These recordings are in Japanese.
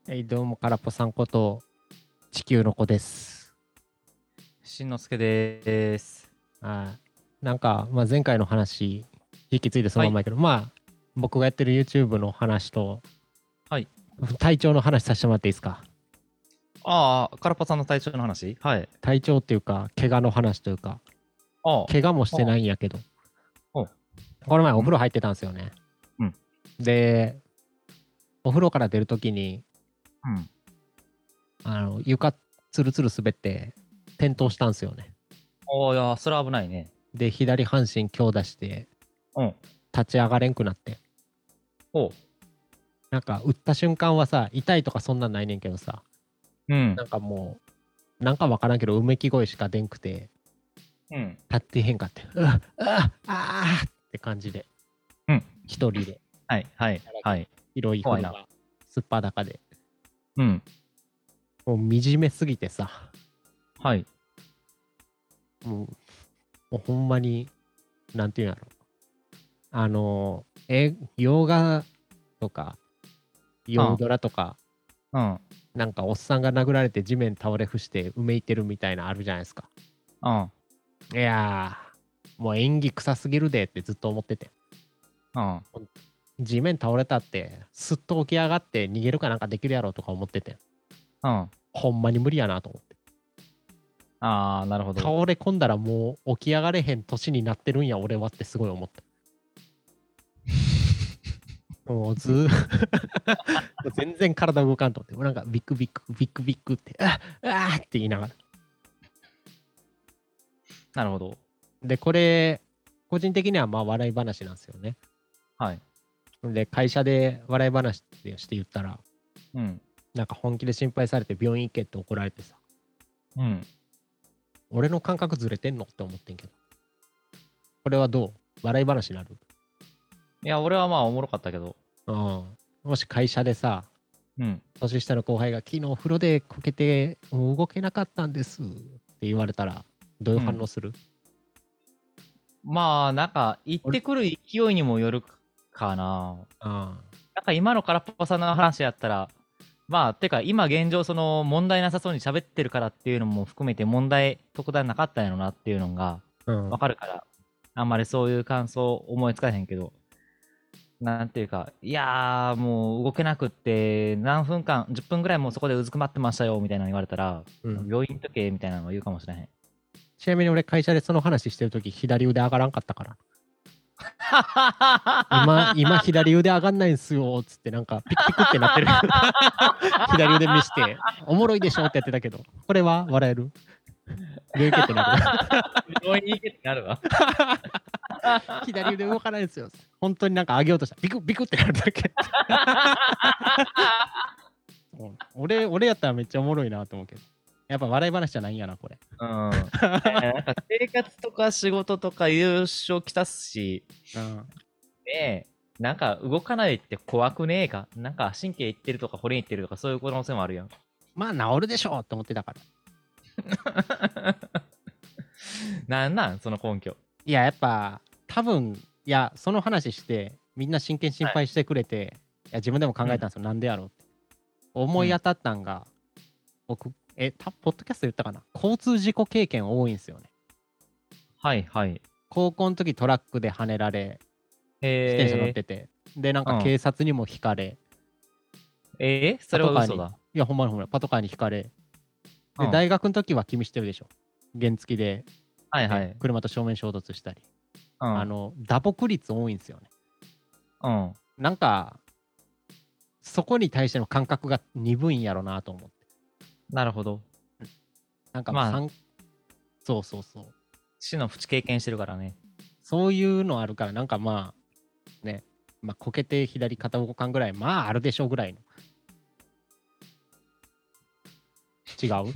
どうも、からっぽさんこと地球の子です。 しんのすけです。 なんか、前回の話、引き継いでそのはい。 まんまやけど、僕がやってる YouTube の話と、 はい。 体調の話させてもらっていいですか？ ああ、からっぱさんの体調の話。はい。 体調っていうか、怪我の話というか、 ああ、 怪我もしてああ、 ないんやけど、 おこの前お風ん呂入ってたんですよね。 うん。 で、お風呂から出るときに、 うん。 床つるつる滑って転倒したんですよね。 おー、いや、それは危ないね。 で、左半身強打してうん。 立ち上がれんくなって、 おう。 なんか打った瞬間はさ、痛いとかそんなんないねんけどさ、 うん。 なんかもう、なんかわからんけど、うめき声しか出んくて、 うん。 立ってへんかって、うわ、って感じで、 うん。 一人で、 はい。はい。はい。 広い風怖いな。 呂がすっぱだかで、 うん。 もう惨めすぎてさ、 はい。 もう、もうほんまに、なんていうんやろ。洋画とか、洋うん。 ドラとか、 うん。 なんかおっさんが殴られて地面倒れ伏してうめいてるみたいなあるじゃないですか。 うん。 いやもう演技臭すぎるでってずっと思ってて。 うん。 地面倒れたって、すっと起き上がって逃げるかなんかできるやろとか思ってて。 うん。 ほんまに無理やなと思って。 ああ、なるほど。 倒れ込んだらもう起き上がれへん年になってるんや、俺はってすごい思った。もう全然体動かんと思って。もうなんかビックビック、ビックビックって、って言いながら。 なるほど。 で、これ、個人的には笑い話なんですよね。 はい。 で、会社で笑い話でして言ったら、 うん。 なんか本気で心配されて病院行けって怒られてさ、 うん。 俺の感覚ずれてんのって思ってんけど。これはどう笑い話になる？ いや、俺はまあ、おもろかったけど。 うん。もし会社でさ、 うん。 年下の後輩が昨日風呂でこけてもう動けなかったんですって言われたら、どういううん。 反応する？ まあ、なんか、行っ俺、 てくる勢いにもよるかな。 あなんか今の空っぽさんの話やったら、まあ、てか今現状その問題なさそうに喋ってるからっていうのも含めて問題特段なかったんやろなっていうのがうん。 わかるから、あんまりそういう感想思いつかへんけど、なんていうか、いやーもう動けなくって何分間、10分ぐらいもうそこでうずくまってましたよみたいなの言われたら、 うん。 病院行っとけみたいなのを言うかもしれへん。 ちなみに俺会社でその話してるとき左腕上がらんかったから。今左腕上がんないんすよ、つってなんかピクピクってなってる。左腕見して、おもろいでしょってやってたけど、これは笑える？病院行けってなる。 病院行けってなるわ。 左腕動かないんですよ。本当になんか上げようとしたらビクビクってなるだけ。俺やったらめっちゃおもろいなと思うけど。やっぱ笑い話じゃないんやな、これ。 うん。なんか生活とか仕事とか優勝きたすし、 うん。 ねえ、なんか動かないって怖くねえかなんか神経いってるとか骨いってるとかそういう可能性もあるやん。 まあ治るでしょって思ってたから。 なんその根拠。 いや、やっぱ多分、いや、その話して、みんな真剣心はい。 配してくれて、いや、自分でも考うん。 えたんですよ。なんでやろうって。思うん。 い当たったんが、僕、ポッドキャスト言ったかな、交通事故経験多いんですよね。 はいはい。 高校の時トラックで跳ねられ、自転車乗っへえ。 てて、で、なんかうん。 警察にも引かれ、 それパトカーに、いは嘘だ。 や、ほんまにほんまに、パトカーに引かれ、で、 うん。 大学の時は君知ってるでしょ。原付で、ね、 はいはい。 車と正面衝突したり。 うん。 打撲率多いんですよね。 うん。 なんか、そこに対しての感覚が鈍いんやろなと思って。 なるほど。 なんかもうまあ、 そうそうそう。 死の淵経験してるからね。 そういうのあるから、なんかね、こけて左肩動かんぐらい、あるでしょうぐらいの。違う？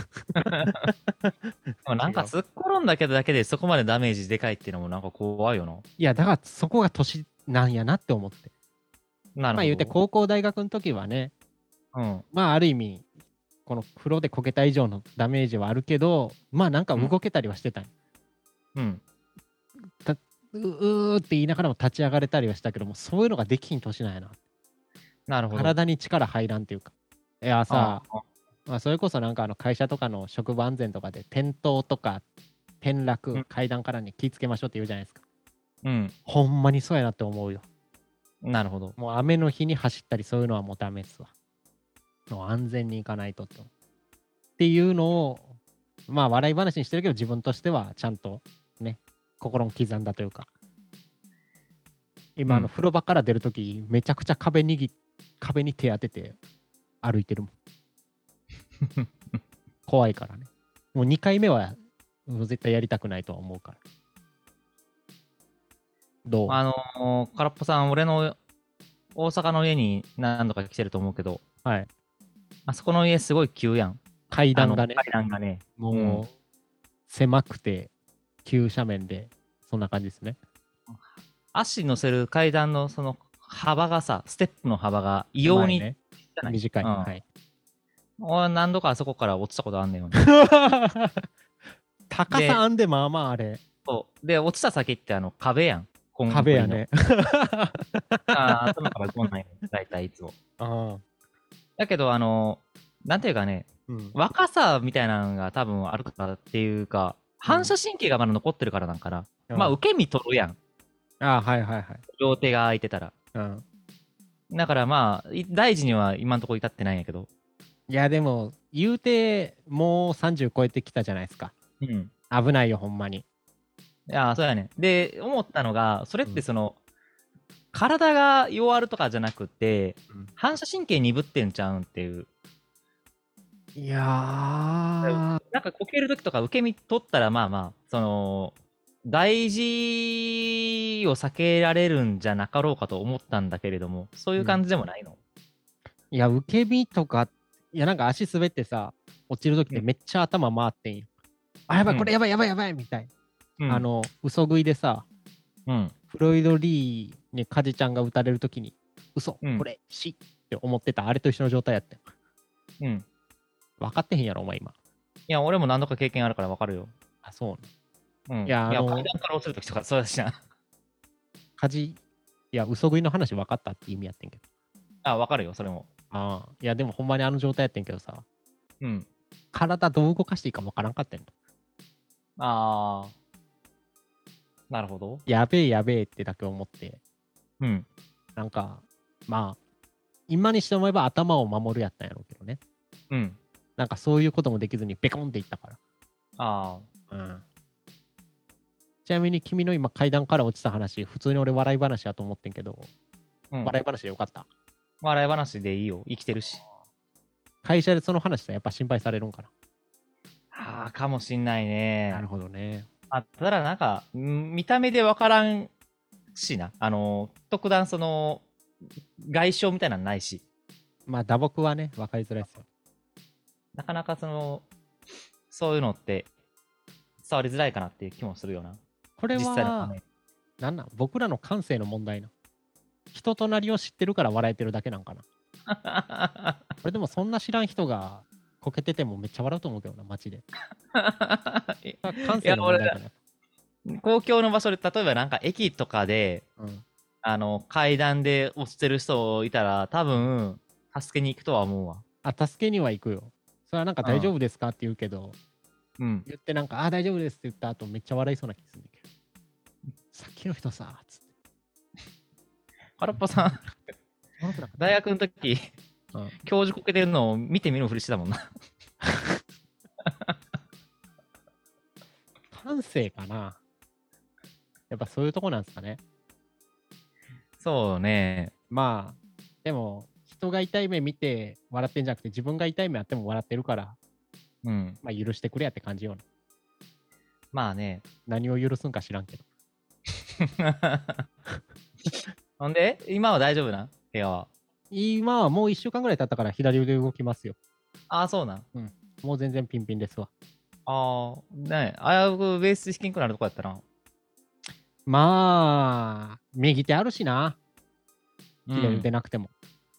でもなん違う。 かすっ転んだけどだけでそこまでダメージでかいっていうのもなんか怖いよな。 いや、だからそこが年なんやなって思って。言うてなるほど。 高校大学の時はね、 うん。 ある意味、この風呂でこけた以上のダメージはあるけど、なんかうん。 動けたりはしてたんよ。 うん。 たって言いながらも立ち上がれたりはしたけども、そういうのができひん年なんやな。 なるほど。 体に力入らんっていうか。 いやさ、 あまあ、それこそなんか会社とかの職場安全とかで転倒とか転落、 うん階段からに気ぃつけましょうって言うじゃないですか。 うん。 ほんまにそうやなって思うよ。 なるほど。 もう雨の日に走ったりそういうのはもうダメっすわ。もう安全に行かないとと。っていうのを、まあ笑い話にしてるけど自分としてはちゃんとね、心に刻んだというか。今、風呂場から出るとき、めちゃくちゃ壁に手当てて歩いてるもん。怖いからね。もう2回目はもう絶対やりたくないとは思うから。どう？ 空っぽさん、俺の大阪の家に何度か来てると思うけど、 はい。 あそこの家すごい急やん。 階段がね、 階段がね。 もう狭くて急斜面で、そんな感じですね。 足乗せる階段のその幅がさ、ステップの幅が異様にね、 じゃない短い。 うんはい。 俺何度かあそこから落ちたことあんねんよね。 高さあんで、まあまああれ。 そうで、落ちた先って壁やん。コンクリの壁やね。 頭からこんなんや大体いつも。 ああ。 だけど、なんていうかね、 うん。 若さみたいなのが多分あるからっていうか、反射神経がまだ残ってるからなんかな。まあ、受け身取るやん。 ああ、はいはいはい。 両手が空いてたら。 うん。 だからまあ、大事には今んとこ至ってないんやけど。 いや、でも、言うて、もう30超えてきたじゃないですか。 うん。 危ないよ、ほんまに。 いや、そうやね。で、思ったのが、それって体が弱るとかじゃなくて、反射神経鈍ってんちゃうんっていう。 いやー。 なんかこけるときとか受け身取ったらまあまあ、大事を避けられるんじゃなかろうかと思ったんだけれども、そういう感じでもないの？ いや、受け身とか、いや、なんか足滑ってさ、落ちるときってめっちゃ頭回ってんよ。あ、やばい、これやばいやばいやばいみたいな。嘘食いでさ、フロイド・リーにカジちゃんが撃たれるときに、嘘、これ、死って思ってた、あれと一緒の状態やってん。分かってへんやろ、お前今。 いや、俺も何度か経験あるから分かるよ。 あ、そうね。いや、階段から落ちるときとかそうだしな。 いや、嘘食いの話分かったって意味やってんけど。 あ、分かるよ、それも。 ああ、いや、でもほんまにあの状態やってんけどさ、 体どう動かしていいか分からんかったんの。 ああ。なるほど。 やべえやべえってだけ思って、なんか、まあ、今にして思えば頭を守るやったんやろうけどね。なんかそういうこともできずにベコンっていったから。 ああ。ちなみに君の今階段から落ちた話、普通に俺笑い話やと思ってんけど、笑い話でよかった？ 笑い話でいいよ。生きてるし。 会社でその話さ、やっぱ心配されるんかな。かもしんないね。 なるほどね。 ただなんか、見た目でわからんしな。特段外傷みたいなのないし。 まあ打撲はね、分かりづらいですよ。 なかなかそういうのって伝わりづらいかなっていう気もするよな。 これは、僕らの感性の問題な。人となりを知ってるから笑えてるだけなんかな。これでもそんな知らん人がこけててもめっちゃ笑うと思うけどな、街で。感性の問題かな。 公共の場所で、例えばなんか駅とかで、階段で落ちてる人いたら、多分、助けに行くとは思うわ。 助けには行くよ。それはなんか大丈夫ですかって言うけど、言ってなんか、大丈夫ですって言った後めっちゃ笑いそうな気するんだけど。さっきの人さ、つって。 空っぽさん、大学の時、教授こけてるのを見て見ぬふりしてたもんな。 感性かな。やっぱそういうとこなんですかね。 そうね。 まあ、でも、人が痛い目見て笑ってんじゃなくて、自分が痛い目あっても笑ってるから、まあ許してくれやって感じよな。 まあね。 何を許すんか知らんけど。 ほんで今は大丈夫な部屋は。 今はもう1週間ぐらい経ったから左腕動きますよ。 ああ、そうなん。 もう全然ピンピンですわ。 ああ、ね危うくベース弾けんくなるとこやったな。 まあ、右手あるしな。左腕なくても。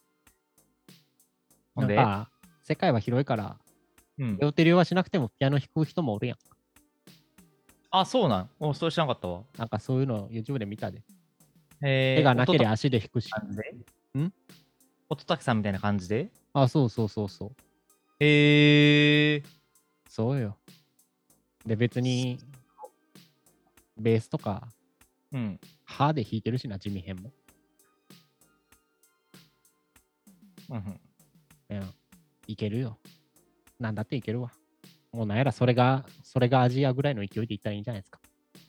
なんか、世界は広いから、両手両足なくてもピアノ弾く人もおるやん。 あ、そうなん。それ知らなかったわ。 なんかそういうの YouTube で見たで。手がなければ足で弾くし。 乙武さんみたいな感じであ、そうそうそうそう。 へえ。 そうよ。で、別に、ベースとか、 うん。 歯で弾いてるしな、地味編も。 うん。 うん。いけるよ。なんだっていけるわ。もうなんやらそれがアジアぐらいの勢いでいったらいいんじゃないですか。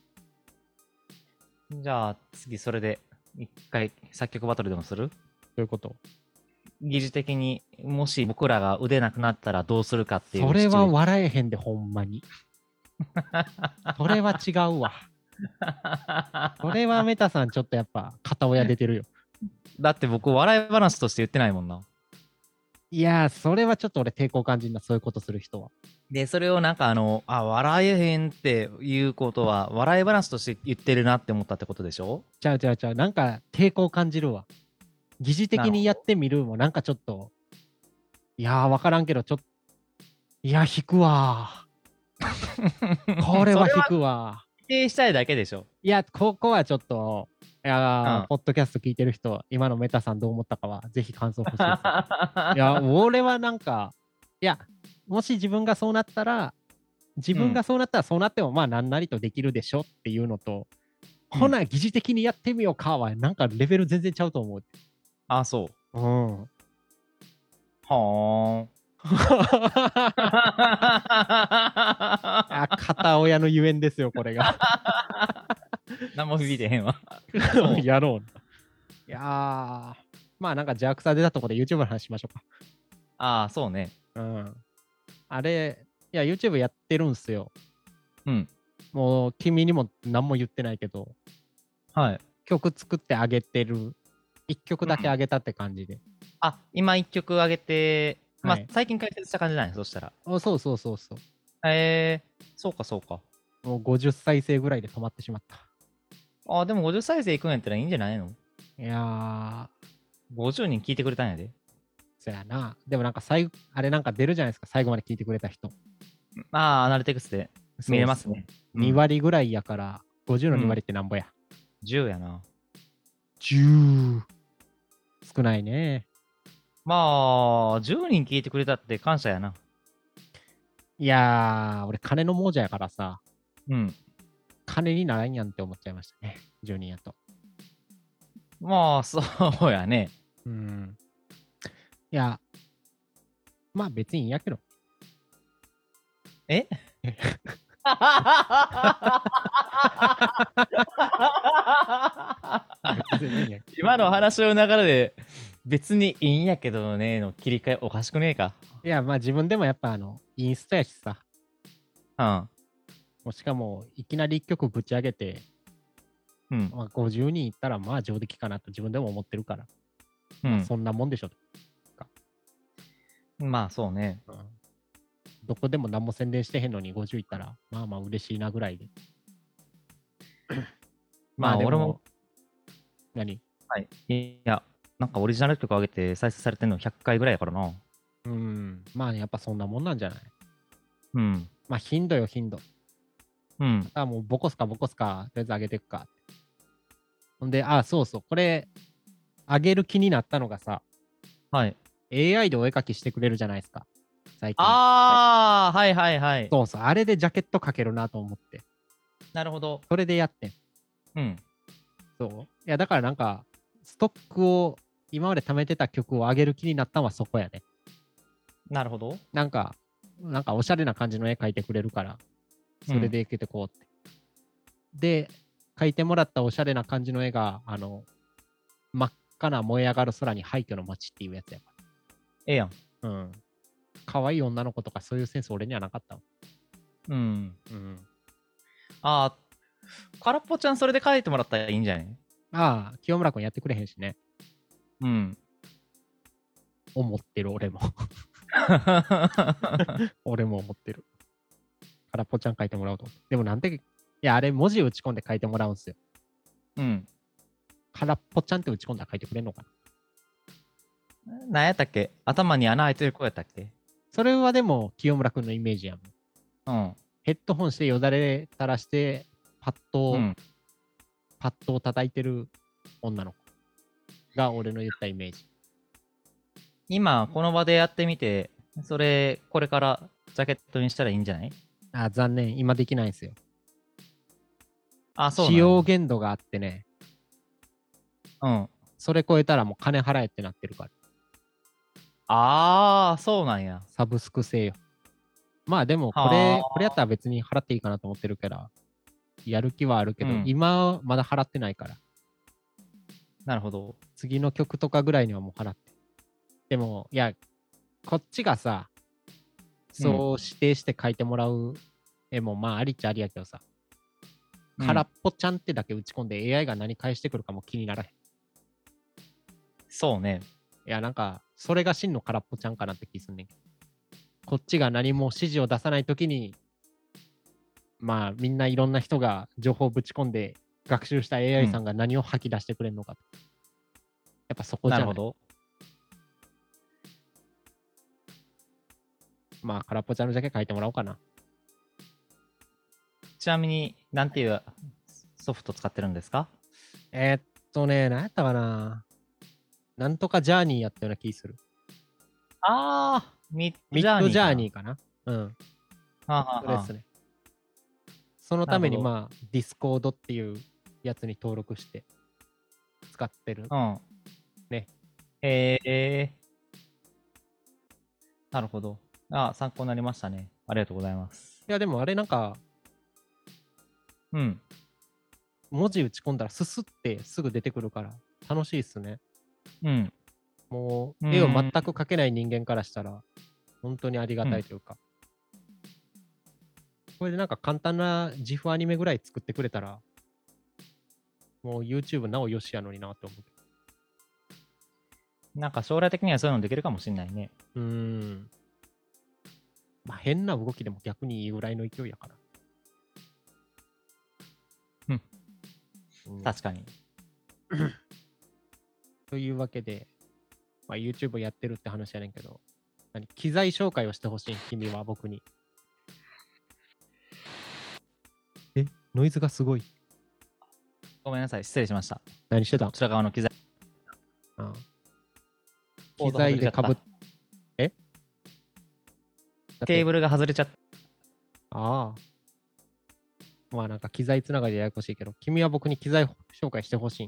じゃあ、次それで、一回作曲バトルでもする？ そういうこと。 疑似的に、もし僕らが腕なくなったらどうするかっていそれはうシチュエーシ笑えへんで、ほんまに。それは違うわ。それはメタさんちょっとやっぱ片親出てるよ。 だって僕、笑い話として言ってないもんな。 いやー、それはちょっと俺抵抗感じんな、そういうことする人は。 で、それをなんか笑えへんっていうことは、笑い話として言ってるなって思ったってことでしょ？ ちゃうちゃうちゃう。なんか抵抗感じるわ。疑似的にやってみるもなんかちょっと、いやー、わからんけど、ちょっと、いや、引くわー。これは引それはくわ否定したいだけでしょ。 ー。いや、ここはちょっと、いやー、 うん。 ポッドキャスト聞いてる人、今のメタさんどう思ったかは、ぜひ感想欲しいです。いや、俺はなんか、いや、もし自分がそうなったら、自分がそうなったらそうなってもまあ何なりとできるでしょっていうのと、ほな疑似的にやってみようかはなんかレベル全然ちゃうと思う。 あ、そう。 うん。 はあ、 あ。 片親のゆえんですよ、これが。 何も響いてへんわ。そう。 やろう。いやー、まあなんか邪悪さ出たところで YouTube の話しましょうか。 ああ、そうね。 うん。あれ、いや、YouTube やってるんすよ。 うん。 もう君にも何も言ってないけど、 はい。 曲作ってあげてる。一曲だけうん。 あげたって感じで。 あ、今一曲上げて、まあ、 はい。 最近解説した感じじゃない？そしたら。 そうそうそうそう。 そうかそうか。 もう50再生ぐらいで止まってしまった。 あ、でも50再生いくんやったらいいんじゃないの？ いやー、 50 人聞いてくれたんやで。 そやな。でもなんかあれなんか出るじゃないですか、最後まで聞いてくれた人。 ああ、アナリティクスで見そうそう。 れますね。う 2 ん。 割ぐらいやから、50の2 うん。 割ってなんぼや。 10やな。 10。少ないね。 まあ、10人聞いてくれたって感謝やな。 いやー、俺金の亡者やからさ、 うん。 金にならんやんって思っちゃいましたね。10人やと。 まあ、そうやね。 うん。いや、まあ別にいいんやけど。 え別にいいんや。 今の話の流れで、別にいいんやけどねの切り替えおかしくねえか。 いや、まあ自分でもやっぱインスタやしさ、 うん。 もうしかもいきなり1曲ぶち上げて、 うん。 まあ、50人いったらまあ上出来かなと自分でも思ってるから、まあそんなもんでしょ。 まあ、そうね。 うん、どこでも何も宣伝してへんのに50いったら、まあまあ嬉しいなぐらいで。ままあ、俺も、 あでも、何はい。いや、なんかオリジナル曲上げて再生されてるの100回ぐらいやからな。 うん、まあやっぱそんなもんなんじゃない？ うん。 まあ頻度よ、頻度。 うん。 あ、もうボコすかボコすか、とりあえず上げていくか。ほんで、あ、そうそう、これ、上げる気になったのがさ、 はい。 AI でお絵描きしてくれるじゃないですか、最近。 ああ、はいはいはい。 そうそう、あれでジャケット描けるなと思って。 なるほど。 それでやってん。 うん。 そう。いや、だからなんか、ストックを、今まで貯めてた曲を上げる気になったのはそこやね。 なるほど。 なんかおしゃれな感じの絵描いてくれるから、それでいけてこうって。で、描いてもらったおしゃれな感じの絵が、真っ赤な燃え上がる空に廃墟の街っていうやつやかええやん。 ら。うん。可愛い女の子とかそういうセンス俺にはなかったわ。 うん。 うん。 ああ、空っぽちゃんそれで書いてもらったらいいんじゃない？ ああ、清村君やってくれへんしね。 うん。 思ってる、俺も。俺も思ってる。空っぽちゃん書いてもらおうと。でもなんで、いや、あれ文字打ち込んで書いてもらうんすよ。 うん。 空っぽちゃんって打ち込んだら書いてくれんのかな？ 何やったっけ？頭に穴開いてる子やったっけ？ それはでも清村君のイメージやもん。 うん。 ヘッドホンしてよだれ垂らしてうん。 パッドを叩いてる女の子が俺の言ったイメージ。 今、この場でやってみて、それ、これからジャケットにしたらいいんじゃない？ あ、残念。今できないんですよ。 あ、そう使なんや。 用限度があってね、 うん。 それ超えたらもう金払えってなってるから。 ああ、そうなんや。 サブスク制よ。まあでも、こはれやったら別に払っていいかなと思ってるから、やる気はあるけあ。うど、 ん。 今まだ払ってないから、 なるほど。 次の曲とかぐらいにはもう払って。でも、いや、こっちがさ、そう指定して書いてもらう絵もまあありっちゃありやけどさ、空っぽちゃんってだけ打ち込んで AI が何返してくるかも気にならへん。 そうね。 いや、なんか、それが真の空っぽちゃんかなって気すんねんけど。こっちが何も指示を出さないときに、まあ、みんないろんな人が情報をぶち込んで、学習した AI さんが何を吐き出してくれるのかと。やっぱそこじゃない。 なるほど。 まあ、空っぽちゃんのジャケ書いてもらおうかな。 ちなみに、なんていうソフト使ってるんですか？ 何やったかな。なんとかジャーニーやったような気する。 ああ、ミッドミジャーッドジャーニーかな。 ニーかな。うん。 はあ、はあはあ、 それっすね。そのために、 なるほど。 まあ、ディスコードっていうやつに登録して使ってる。 うん。 ね。 なるほど。あ、参考になりましたね。ありがとうございます。 いや、でもあれなんか、 うん。 文字打ち込んだらススってすぐ出てくるから楽しいっすね。 うん。 もう、絵を全うん。 く描けない人間からしたら、本当にありがたいというか。これでなんか簡単な GIF アニメぐらい作ってくれたら、もう YouTube なおよしやのになって思う。 なんか将来的にはそういうのできるかもしれないね。 まあ変な動きでも逆にいいぐらいの勢いやから。 確かに。 というわけで、まあ、YouTube やってるって話やねんけど、機材紹介をしてほしい、君は僕に。ノイズがすごい。 ごめんなさい。失礼しました。 何してたん？ こちら側の機材。 機材でかぶっ、 ケーブルが外れちゃった。 ああ。まあなんか機材つながりでややこしいけど、君は僕に機材紹介してほしい。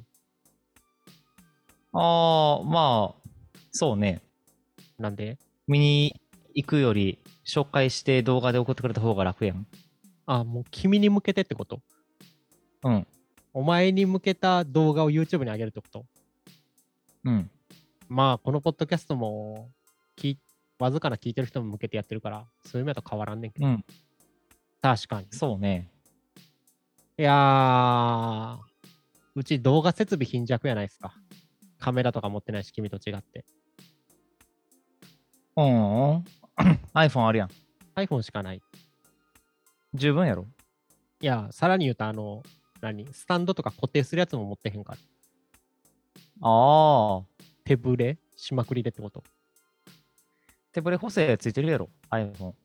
ああ、まあ、そうね。 なんで？ 見に行くより紹介して動画で送ってくれた方が楽やん。 もう君に向けてってこと？ うん。 お前に向けた動画を YouTube に上げるってこと？ うん。 まあこのポッドキャストもわずかな聞いてる人も向けてやってるから、そういう意味だと変わらんねんけど。 うん。 確かに。 そうね。 いやー、うち動画設備貧弱やないですか。カメラとか持ってないし、君と違って。 うん。iPhone あるやん。 iPhone しかない。 十分やろ。 いや、さらに言うと、スタンドとか固定するやつも持ってへんから。 ああ。 手ぶれしまくりでってこと？ 手ブレ補正ついてるやろ。iPhone。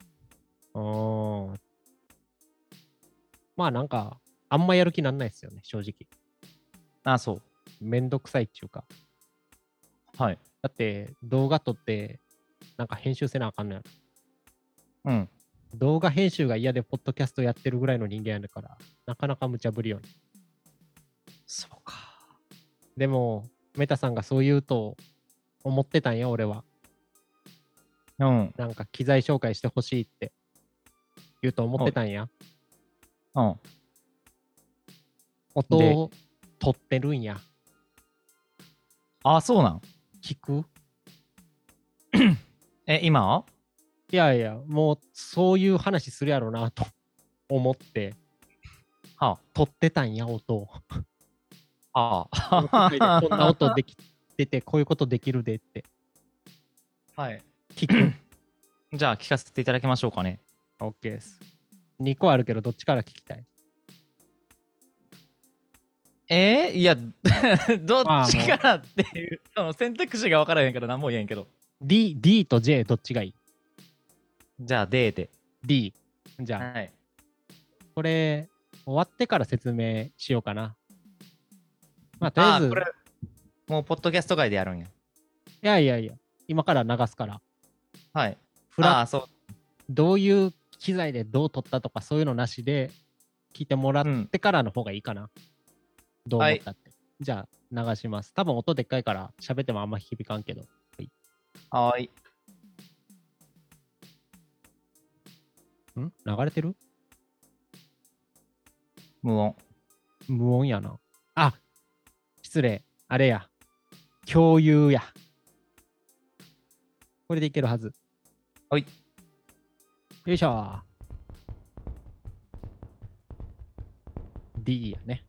まあなんか、あんまやる気なんないですよね、正直。 あ、そう。 めんどくさいっていうか。 はい。 だって動画撮って、なんか編集せなあかんのやろ。 うん。 動画編集が嫌でポッドキャストやってるぐらいの人間やねんから、なかなか無茶ぶりよね。 そうか。 でも、メタさんがそう言うと思ってたんや、俺は。 うん。 なんか機材紹介してほしいって言うと思ってたんや。 うん。 音を撮ってるんや。 あ、そうなん？ 聞く？ 今？ いやいや、もうそういう話するやろなと思って、 は撮ってたんや、音を。 あ。 この機械でこんな音できてて、こういうことできるでって。 はい。 聞く？ じゃあ聞かせていただきましょうかね。 OK です。2個あるけど、どっちから聞きたい？ いや、どっちからっていう、その選択肢が分からへんから何も言えんけど。 D と J どっちがいい？ じゃあ、D で。 D。じゃあ、 はい。 これ、終わってから説明しようかな。まあ、とりあえず、 これ、もう、ポッドキャスト外でやるんや。 いやいやいや、 今から流すから、 はい。 フラああ、そう。 どういう機材でどう撮ったとかそういうのなしで聞いてもらってからの方がいいかな。どうはい。 思ったって。じゃあ流します。多分音でっかいから喋ってもあんま響かんけど。 はい。 流れてる？ 無音。 無音やな。あ、失礼。あれや。共有や。これでいけるはず。 はい。 よいしょ。D やね。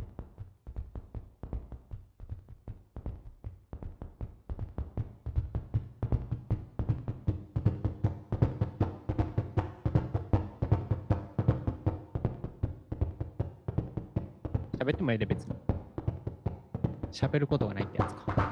喋ってもいいで別に。喋ることがないってやつか。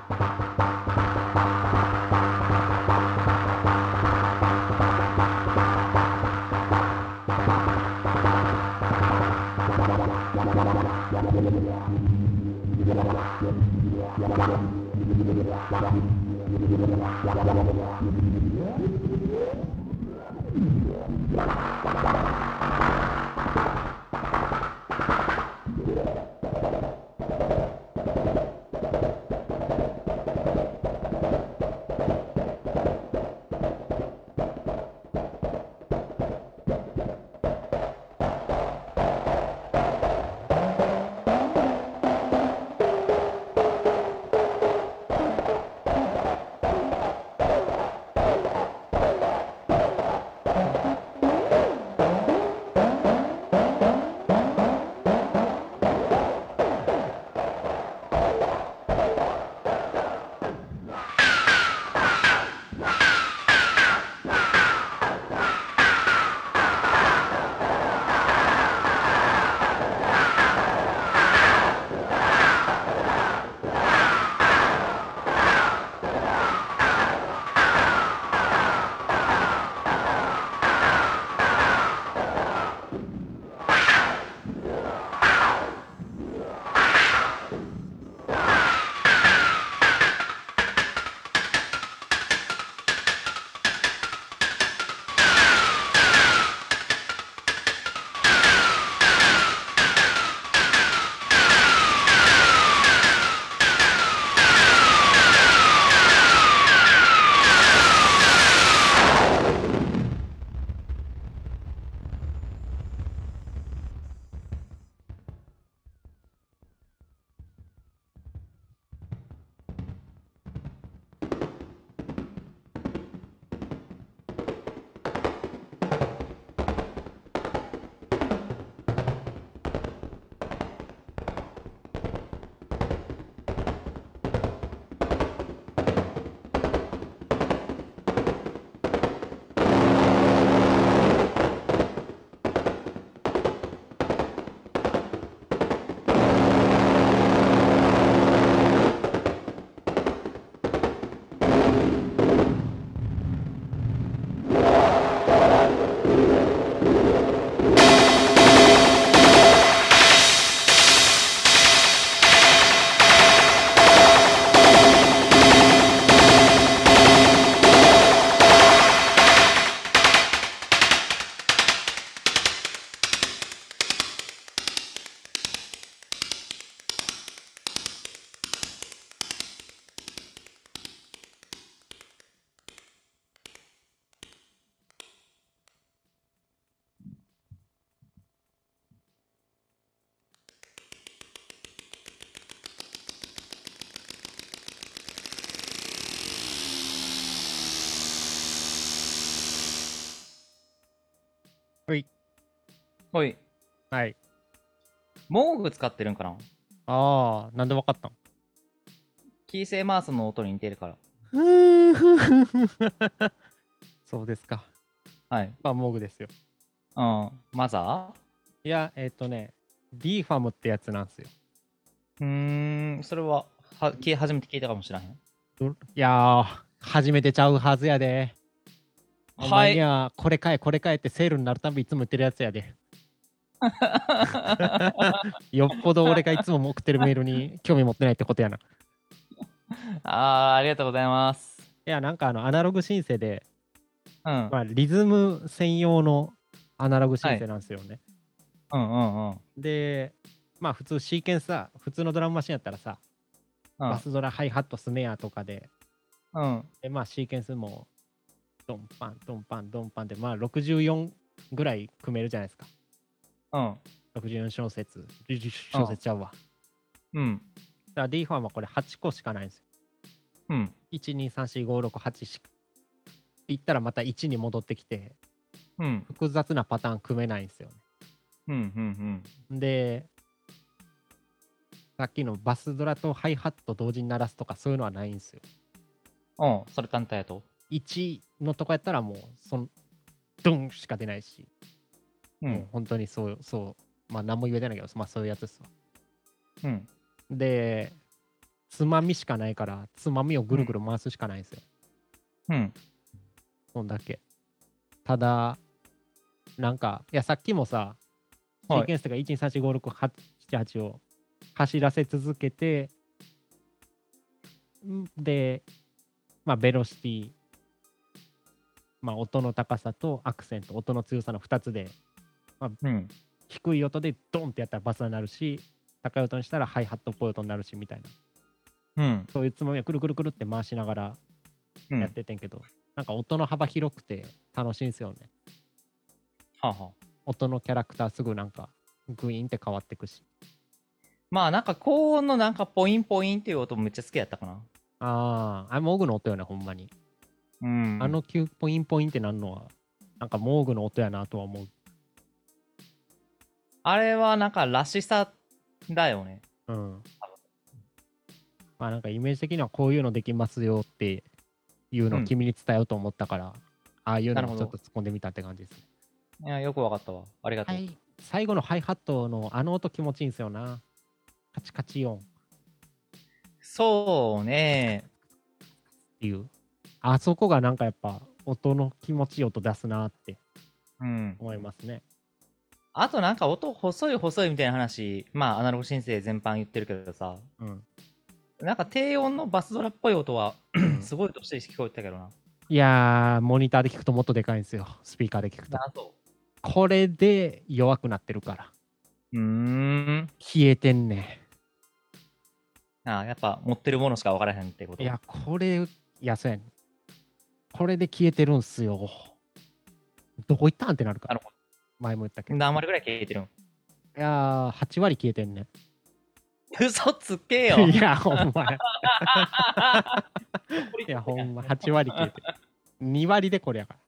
はい。 はい。 はい。 モーグ使ってるんかな？ ああ、なんでわかったん？ キーセイマースの音に似てるから。 そうですか。 はい。 まあ、モグですよ。 うん。マザいや、D ファムってやつなんですよ。 それは、初めて聞いたかもしれへん。 いやー、初めてちゃうはずやで。お前にはこれ買え、これ買えってセールになるたびいつも言ってるやつやで。よっぽど俺がいつも送ってるメールに興味持ってないってことやな。 ありがとうございます。 いや、なんかアナログシンセで、 うん。 まあ、リズム専用のアナログシンセはい。 なんですよね。 うんうんうん。 で、まあ普通シーケンサー、普通のドラムマシンやったらさ、 うん。 バスドラ、ハイハット、スネアとかで、 うん。 まあシーケンスもドンパン、ドンパン、ドンパンで、まあ64ぐらい組めるじゃないですか。 うん。 64小節、 うん。 小節ちゃうわ。 うん。 だから D ファンはこれ8個しかないんですよ。 うん。 1、2、3、4、5、6、8しか。いったらまた1に戻ってきて、 うん。 複雑なパターン組めないんですよね。 うん。 で、さっきのバスドラとハイハット同時に鳴らすとかそういうのはないんですよ。 うん。それ単体やと。 1のとこやったらもう、ドンしか出ないし、もう本当にそう、まあ何も言えてないけど、まあそういうやつですわ。 うん。 で、つまみしかないから、つまみをぐるぐる回すしかないんですよ。 うん。 そんだけ。ただ、なんか、いや、さっきもさ、シはい。 ーケンスとか1、2、3、4、5、6、7、8を走らせ続けて、で、まあ、ベロシティ、まあ、音の高さとアクセント、音の強さの2つで、まあ、 うん。 低い音でドンってやったらバスになるし、高い音にしたらハイハットっぽい音になるし、みたいな。 うん。 そういうつまみをくるくるくるって回しながらやっうん。 ててんけど、なんか音の幅広くて楽しいんですよね。 はあはあ。 音のキャラクターすぐなんかグイーンって変わってくし。 まあなんか高音のなんかポインポインっていう音めっちゃ好きやったかな。 ああ、あれモーグの音よね、ほんまに。 うん。 ポインポインってなんのは、なんかモーグの音やなとは思う。 あれはなんからしさだよね。 うん。まあなんかイメージ的にはこういうのできますよっていうのをうん。 君に伝えようと思ったから、ああいうのもちょっなるほど。 と突っ込んでみたって感じですね。 いや、よくわかったわ。ありがとう。 はい。最後のハイハットのあの音気持ちいいんですよな。カチカチ音っそうね。 ていう。あそこがなんかやっぱ音の気持ちいい音出すなってうん。 思いますね。 あとなんか音細い細いみたいな話、まあアナログ申請全般言ってるけどさ、 うん。 なんか低音のバスドラっぽい音はうん、 すごいとして聞こえてたけどな。 いやー、モニターで聞くともっとでかいんですよ。スピーカーで聞くと。 あ、そこれで弱くなってるから。 う。 消えてんねあ、やっぱ持ってるものしか分からへんってこん。いと。 や、いや、そうやねん。これで消えてるんすよ。どこ行ったんってなるから。 なるほ前も言ったけど。 ど。 何割ぐらい消えてるん？ いやー、8割消えてんねん。 嘘つけよ。 いや、ほんまや。いや、ほんま、8割消えてる。2割でこれやから。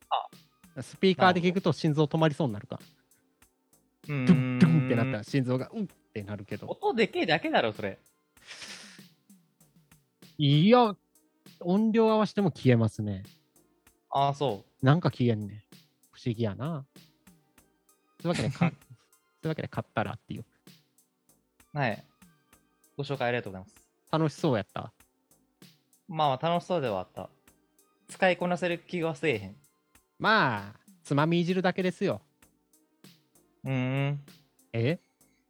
スピーカーで聞くと心臓止まりそうになるから。ドゥンドゥンってなったら心臓がうんってなるけど。 音でけえだけだろ、それ。 いや、音量合わせても消えますね。 ああ、そなんか消えんねん。不思議やな。そういうわけで、そういうわけで買ったらっていう。 う。はい。ご紹介ありがとうございます。 楽しそうやった。 まあ楽しそうではあった。使いこなせる気がせえへん。 まあ、つまみいじるだけですよ。え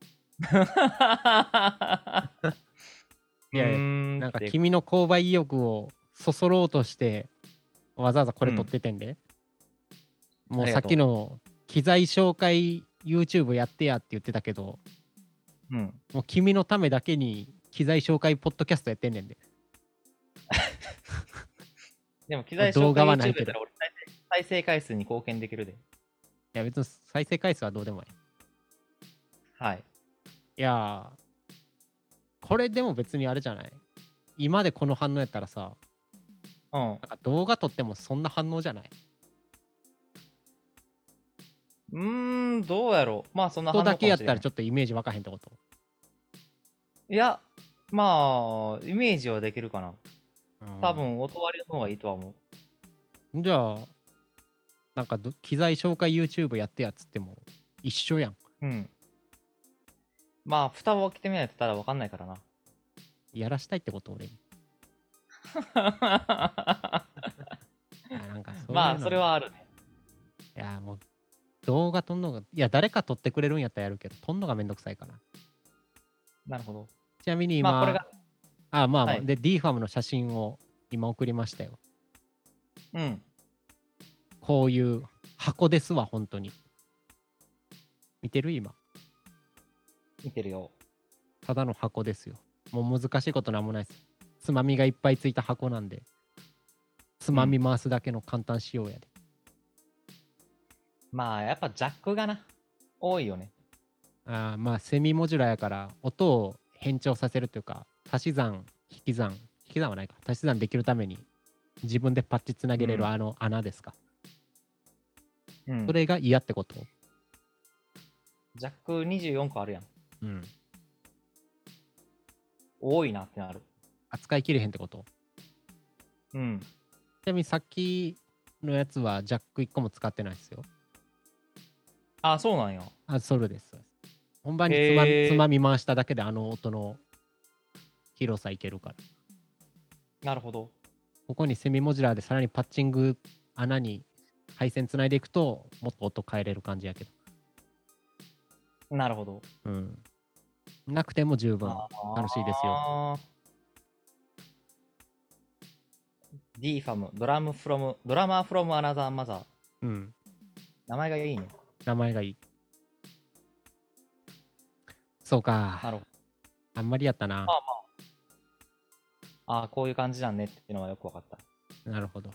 いやいや、なんか君の購買意欲をそそろうとして、わざわざこれ撮っててんで。もうさっきの機材紹介 YouTube やってやって言ってたけど、もう君のためだけに機材紹介ポッドキャストやってんねんで。 でも機材紹介 YouTube やったら俺再生回数に貢献できるで。 いや別に再生回数はどうでもいい。 はい。 いやこれでも別にあれじゃない？今でこの反応やったらさ、なんか動画撮ってもそんな反応じゃない？ どうやろう。まあそんな反応かもしれん。人だけやったらちょっとイメージわかへんってこと？ いや、まあ、イメージはできるかな。多分、音割りの方がいいとは思う。じゃあ、なんか機材紹介 YouTube やってやつっても一緒やん。 まあ、蓋を開けてみないとただわかんないからな。 やらしたいってこと俺に。なんかそういうのまあ、それはあるね。 いや、もう動画撮んのが、いや、誰か撮ってくれるんやったらやるけど、撮んのがめんどくさいから。 なるほど。 ちなみに今、 まあ、これが、 まあ、で、DFAM の写真を今送りましたよ。 うん。 こういう箱ですわ、本当に。見てる今。 見てるよ。 ただの箱ですよ。もう難しいことなんもないです。つまみがいっぱいついた箱なんで、つまみ回すだけの簡単仕様やで。 まあ、やっぱジャックがな、多いよね。 まあ、セミモジュラやから、音を変調させるというか、足し算、引き算、引き算はないか、足し算できるために、自分でパッチつなげれるあの穴ですか。それが嫌ってこと？ ジャック24個あるやん。 うん。 多いなってなる。 扱いきれへんってこと？ うん。 ちなみにさっきのやつはジャック1個も使ってないですよ。 あ、そうなんや。 そうです。本番につまみ回しただけであの音の広さいけるから。 なるほど。 ここにセミモジュラーでさらにパッチング穴に配線つないでいくと、もっと音変えれる感じやけど。 なるほど。 うん。なくても十分楽しいですよ。 DFAM、ドラマーフロムアナザーマザー。 うん。 名前がいいね。 名前がいい。そうか。 なるほど。 あんまりやったな。 まあまあ。ああ、こういう感じなんねっていうのはよくわかった。 なるほど。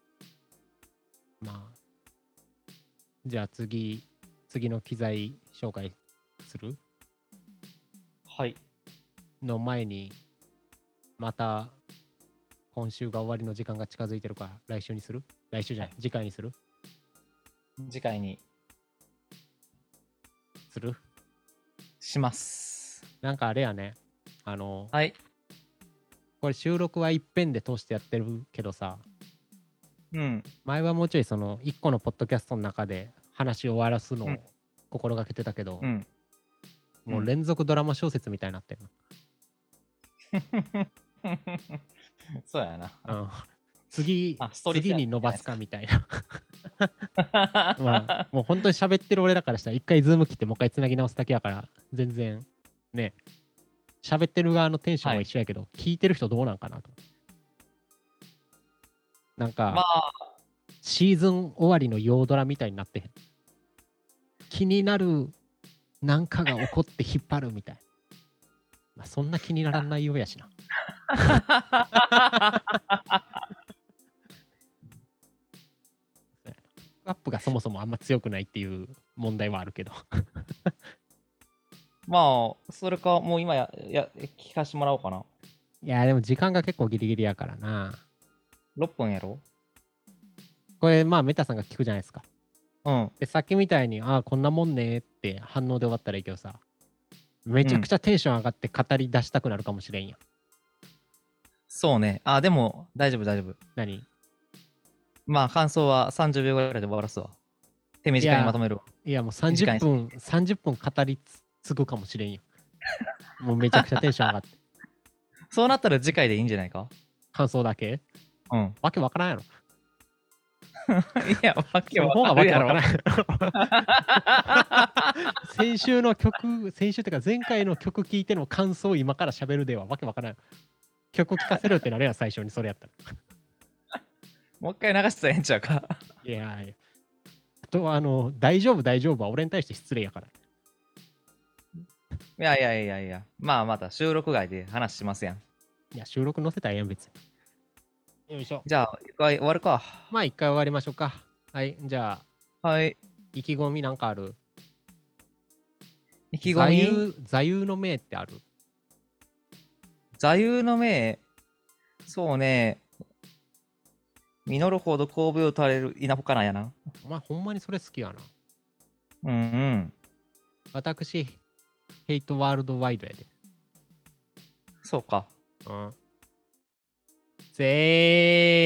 まあ。じゃあ次の機材紹介する？ はい。 の前に、また今週が終わりの時間が近づいてるから、来週にする？来週じゃない、次回にする？ 次回にする？ します。 なんかあれやね。 はい。 これ収録は一遍で通してやってるけどさ、 うん。 前はもうちょいその一個のポッドキャストの中で話を終わらすのを心がけてたけど、もう連続ドラマ小説みたいになってる。 そうやな。 次に伸ばすかみたいな。まあ、もう本当に喋ってる俺らからしたら一回ズーム切ってもう一回つなぎ直すだけやから、全然ね、喋ってる側のテンションは一緒やけど、聞いてる人どうなんかなと。なんか、シーズン終わりの洋ドラみたいになってへん。気になるなんかが起こって引っ張るみたい。まあ、そんな気にならん内容やしな。アップがそもそもあんま強くないっていう問題はあるけど。 まあ、それか、もう今聞かしてもらおうかな。 いや、でも時間が結構ギリギリやからな。 6分やろ？ これ、まあ、メタさんが聞くじゃないですか。 うん。 で、さっきみたいに、こんなもんねって反応で終わったらいいけどさ、めちゃくちゃテンション上がって語り出したくなるかもしれんやん。 そうね。でも、大丈夫。 何？ まあ、感想は30秒ぐらいで終わらすわ。手短にまとめるわ。 いやもう30分語り継ぐかもしれんよ。もうめちゃくちゃテンション上がって。 そうなったら次回でいいんじゃないか？ 感想だけ？ うん。 わけわからんやろ。 いや、わけわからんやろ。 先週ってか前回の曲聴いての感想を今から喋るではわけわからん。曲聴かせるってなるやん、最初にそれやったら。 もう一回流したらええんちゃうか。 いや大丈夫は俺に対して失礼やから。 いや。まあ、また収録外で話しますやん。 いや、収録載せたらええやん、別に。よいしょ。 じゃあ、一回終わるか。 まあ、一回終わりましょうか。はい、じゃあ。はい。 意気込みなんかある？ 意気込み？ 座右の銘ってある？ 座右の銘？そうね。実るほど神戸を垂れる稲穂かなやな。 お前ほんまにそれ好きやな。 うん。 私、ヘイトワールドワイドやで。 そうか。 ぜー